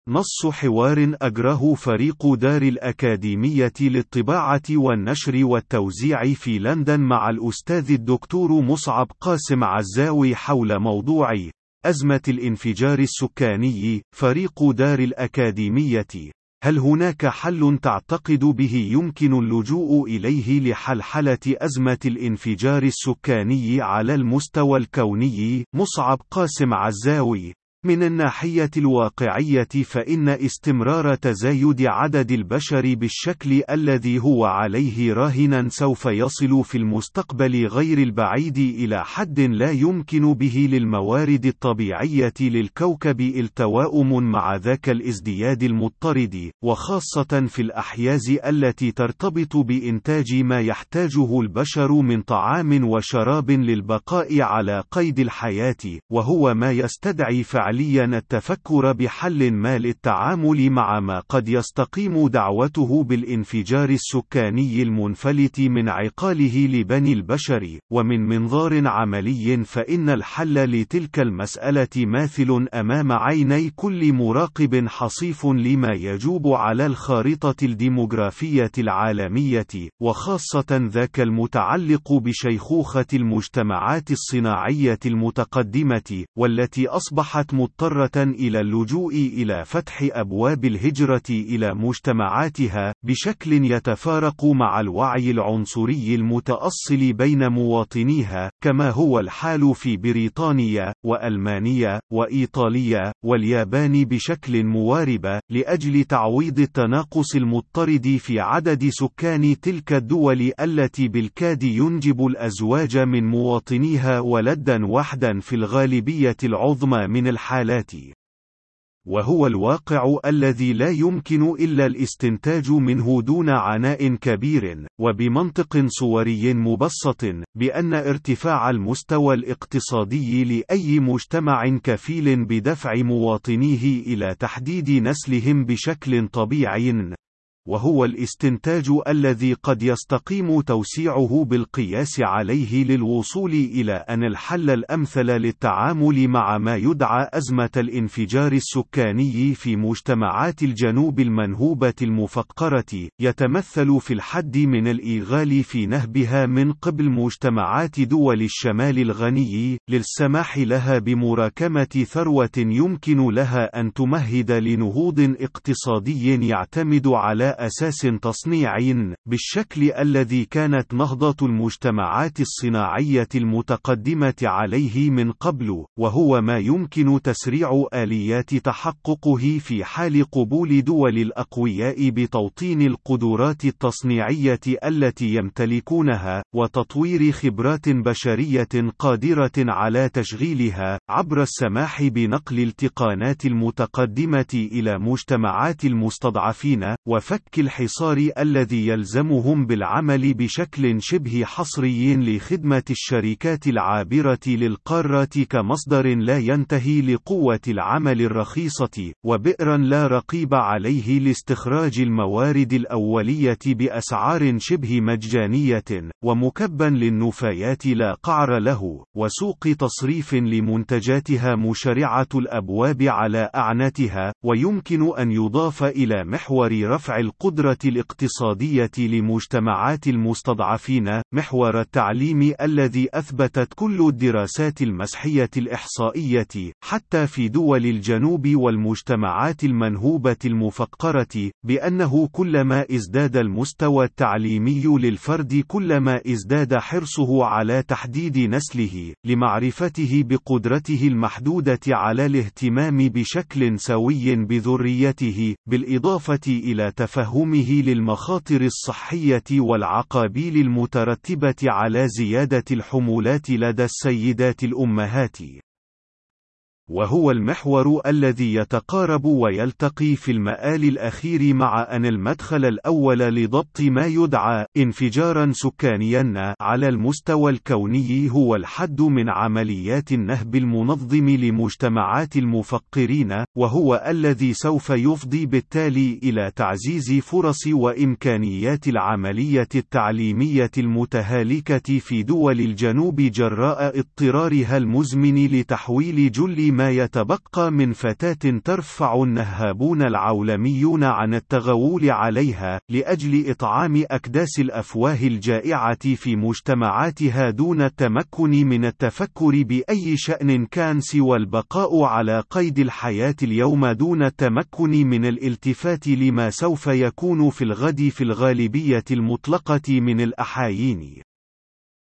نص حوار أجراه فريق دار الأكاديمية للطباعة والنشر والتوزيع في لندن مع الأستاذ الدكتور مصعب قاسم عزاوي حول موضوع أزمة الانفجار السكاني. فريق دار الأكاديمية: هل هناك حل تعتقد به يمكن اللجوء إليه لحلحلة أزمة الانفجار السكاني على المستوى الكوني؟ مصعب قاسم عزاوي: من الناحية الواقعية فإن استمرار تزايد عدد البشر بالشكل الذي هو عليه راهنا سوف يصل في المستقبل غير البعيد إلى حد لا يمكن به للموارد الطبيعية للكوكب التواؤم مع ذاك الازدياد المضطرد، وخاصة في الأحياز التي ترتبط بإنتاج ما يحتاجه البشر من طعام وشراب للبقاء على قيد الحياة، وهو ما يستدعي فعليا التفكر بحل ما للتعامل مع ما قد يستقيم دعوته بالانفجار السكاني المنفلت من عقاله لبني البشر. ومن منظار عملي فإن الحل لتلك المسألة ماثل أمام عيني كل مراقب حصيف لما يجوب على الخارطة الديموغرافية العالمية، وخاصة ذاك المتعلق بشيخوخة المجتمعات الصناعية المتقدمة، والتي أصبحت مضطرة إلى اللجوء إلى فتح أبواب الهجرة إلى مجتمعاتها بشكل يتفارق مع الوعي العنصري المتأصل بين مواطنيها، كما هو الحال في بريطانيا وألمانيا وإيطاليا واليابان بشكل موارب، لأجل تعويض التناقص المضطرد في عدد سكان تلك الدول التي بالكاد ينجب الأزواج من مواطنيها ولدا واحدا في الغالبية العظمى من الحالات. وهو الواقع الذي لا يمكن إلا الاستنتاج منه دون عناء كبير، وبمنطق صوري مبسط، بأن ارتفاع المستوى الاقتصادي لأي مجتمع كفيل بدفع مواطنيه إلى تحديد نسلهم بشكل طبيعي، وهو الاستنتاج الذي قد يستقيم توسيعه بالقياس عليه للوصول إلى أن الحل الأمثل للتعامل مع ما يدعى أزمة الانفجار السكاني في مجتمعات الجنوب المنهوبة المفقرة يتمثل في الحد من الإيغال في نهبها من قبل مجتمعات دول الشمال الغني، للسماح لها بمراكمة ثروة يمكن لها أن تمهد لنهوض اقتصادي يعتمد على أساس تصنيعي، بالشكل الذي كانت نهضة المجتمعات الصناعية المتقدمة عليه من قبل، وهو ما يمكن تسريع آليات تحققه في حال قبول دول الأقوياء بتوطين القدرات التصنيعية التي يمتلكونها، وتطوير خبرات بشرية قادرة على تشغيلها، عبر السماح بنقل التقانات المتقدمة إلى مجتمعات المستضعفين، وفك الحصار الذي يلزمهم بالعمل بشكل شبه حصري لخدمة الشركات العابرة للقارات كمصدر لا ينتهي لقوة العمل الرخيصة، وبئرا لا رقيب عليه لاستخراج الموارد الأولية بأسعار شبه مجانية، ومكبا للنفايات لا قعر له، وسوق تصريف لمنتجاتها مشرعة الأبواب على أعناتها. ويمكن أن يضاف إلى محور رفع القدرة الاقتصادية لمجتمعات المستضعفين محور التعليم، الذي أثبتت كل الدراسات المسحية الإحصائية حتى في دول الجنوب والمجتمعات المنهوبة المفقرة بأنه كلما ازداد المستوى التعليمي للفرد كلما ازداد حرصه على تحديد نسله، لمعرفته بقدرته المحدودة على الاهتمام بشكل سوي بذريته، بالإضافة إلى تفهمه للمخاطر الصحية والعقابيل المترتبة على زيادة الحمولات لدى السيدات الأمهات. وهو المحور الذي يتقارب ويلتقي في المآل الأخير مع أن المدخل الأول لضبط ما يدعى انفجارا سكانيا على المستوى الكوني هو الحد من عمليات النهب المنظم لمجتمعات المفقرين، وهو الذي سوف يفضي بالتالي إلى تعزيز فرص وإمكانيات العملية التعليمية المتهالكة في دول الجنوب جراء اضطرارها المزمن لتحويل جل ما يتبقى من فتاة ترفع النهابون العولميون عن التغول عليها، لأجل إطعام أكداس الأفواه الجائعة في مجتمعاتها دون التمكن من التفكر بأي شأن كان سوى البقاء على قيد الحياة اليوم دون التمكن من الالتفات لما سوف يكون في الغد في الغالبية المطلقة من الأحايين.